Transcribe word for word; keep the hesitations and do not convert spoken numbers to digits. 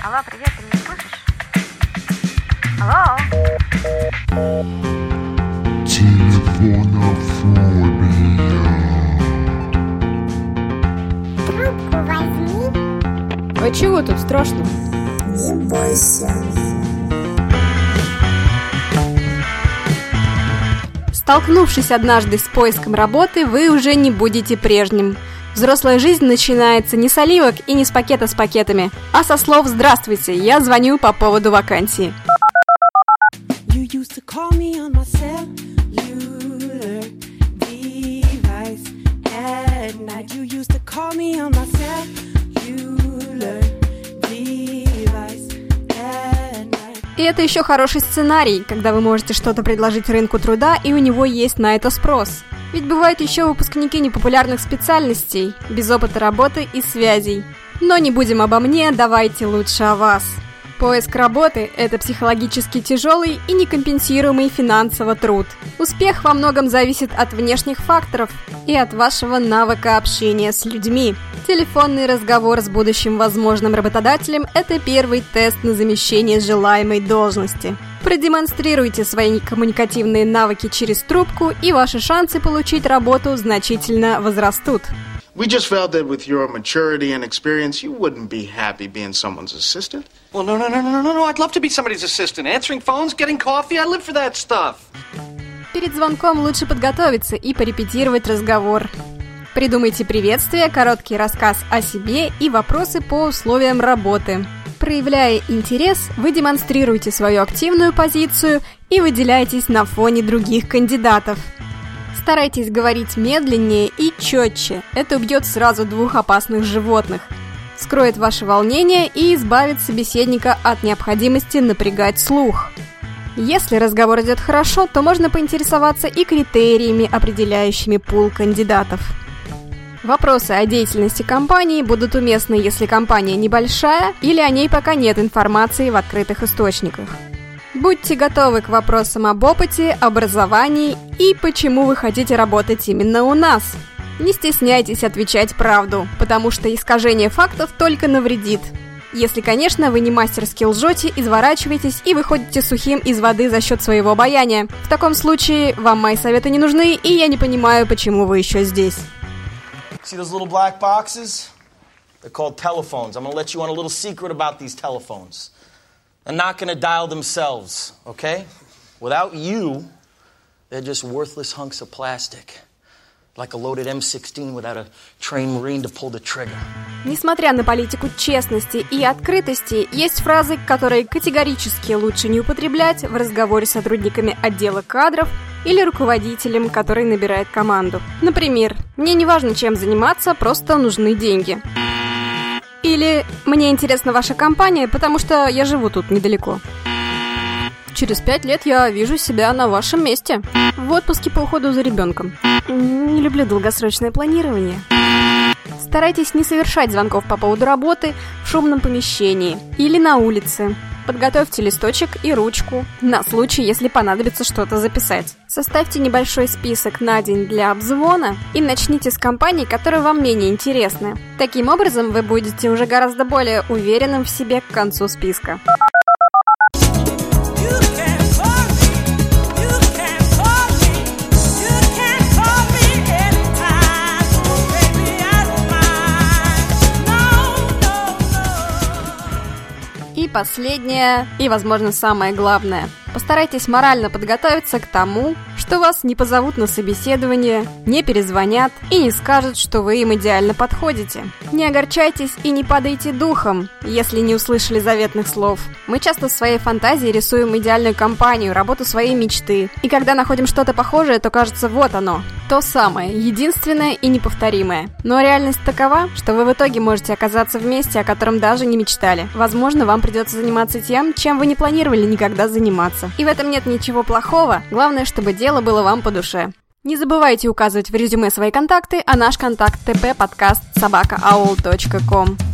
Алло, привет, ты меня слышишь? Алло? Телефонофобия. Трубку возьми. А чего тут страшно? Не бойся. Столкнувшись однажды с поиском работы, вы уже не будете прежним. Взрослая жизнь начинается не с оливок и не с пакета с пакетами, а со слов «Здравствуйте, я звоню по поводу вакансии». И это еще хороший сценарий, когда вы можете что-то предложить рынку труда, и у него есть на это спрос. Ведь бывают еще выпускники непопулярных специальностей, без опыта работы и связей. Но не будем обо мне, давайте лучше о вас. Поиск работы – это психологически тяжелый и некомпенсируемый финансово труд. Успех во многом зависит от внешних факторов и от вашего навыка общения с людьми. Телефонный разговор с будущим возможным работодателем – это первый тест на замещение желаемой должности. Продемонстрируйте свои коммуникативные навыки через трубку, и ваши шансы получить работу значительно возрастут. We just felt that with your maturity and experience, you wouldn't be happy being someone's assistant. Well, no, no, no, no, no, no. I'd love to be somebody's assistant. Answering phones, getting coffee, I live for that stuff. Перед звонком лучше подготовиться и порепетировать разговор. Придумайте приветствие, короткий рассказ о себе и вопросы по условиям работы. Проявляя интерес, вы демонстрируете свою активную позицию и выделяетесь на фоне других кандидатов. Старайтесь говорить медленнее и четче. Это убьет сразу двух опасных животных. Скроет ваше волнение и избавит собеседника от необходимости напрягать слух. Если разговор идет хорошо, то можно поинтересоваться и критериями, определяющими пул кандидатов. Вопросы о деятельности компании будут уместны, если компания небольшая или о ней пока нет информации в открытых источниках. Будьте готовы к вопросам об опыте, образовании и почему вы хотите работать именно у нас. Не стесняйтесь отвечать правду, потому что искажение фактов только навредит. Если, конечно, вы не мастерски лжете, изворачиваетесь и выходите сухим из воды за счет своего обаяния. В таком случае вам мои советы не нужны, и я не понимаю, почему вы еще здесь. See those little black boxes? They're called telephones. I'm going to let you on a little secret about these telephones. They're not going to dial themselves, okay? Without you, they're just worthless hunks of plastic. Like a loaded эм шестнадцать without a trained Marine to pull the trigger. Несмотря на политику честности и открытости, есть фразы, которые категорически лучше не употреблять в разговоре с сотрудниками отдела кадров или руководителем, который набирает команду. Например, «Мне не важно, чем заниматься, просто нужны деньги». Или «Мне интересна ваша компания, потому что я живу тут недалеко». Через пять лет я вижу себя на вашем месте. В отпуске по уходу за ребенком. Не люблю долгосрочное планирование. Старайтесь не совершать звонков по поводу работы в шумном помещении или на улице. Подготовьте листочек и ручку на случай, если понадобится что-то записать. Составьте небольшой список на день для обзвона и начните с компаний, которые вам менее интересны. Таким образом, вы будете уже гораздо более уверенным в себе к концу списка. И последнее, и, возможно, самое главное. Постарайтесь морально подготовиться к тому, что вас не позовут на собеседование, не перезвонят и не скажут, что вы им идеально подходите. Не огорчайтесь и не падайте духом, если не услышали заветных слов. Мы часто в своей фантазии рисуем идеальную компанию, работу своей мечты. И когда находим что-то похожее, то кажется, вот оно. То самое, единственное и неповторимое. Но реальность такова, что вы в итоге можете оказаться в месте, о котором даже не мечтали. Возможно, вам придется заниматься тем, чем вы не планировали никогда заниматься. И в этом нет ничего плохого, главное, чтобы дело было вам по душе. Не забывайте указывать в резюме свои контакты, а наш контакт тэ пэ подкаст собака аул точка ком.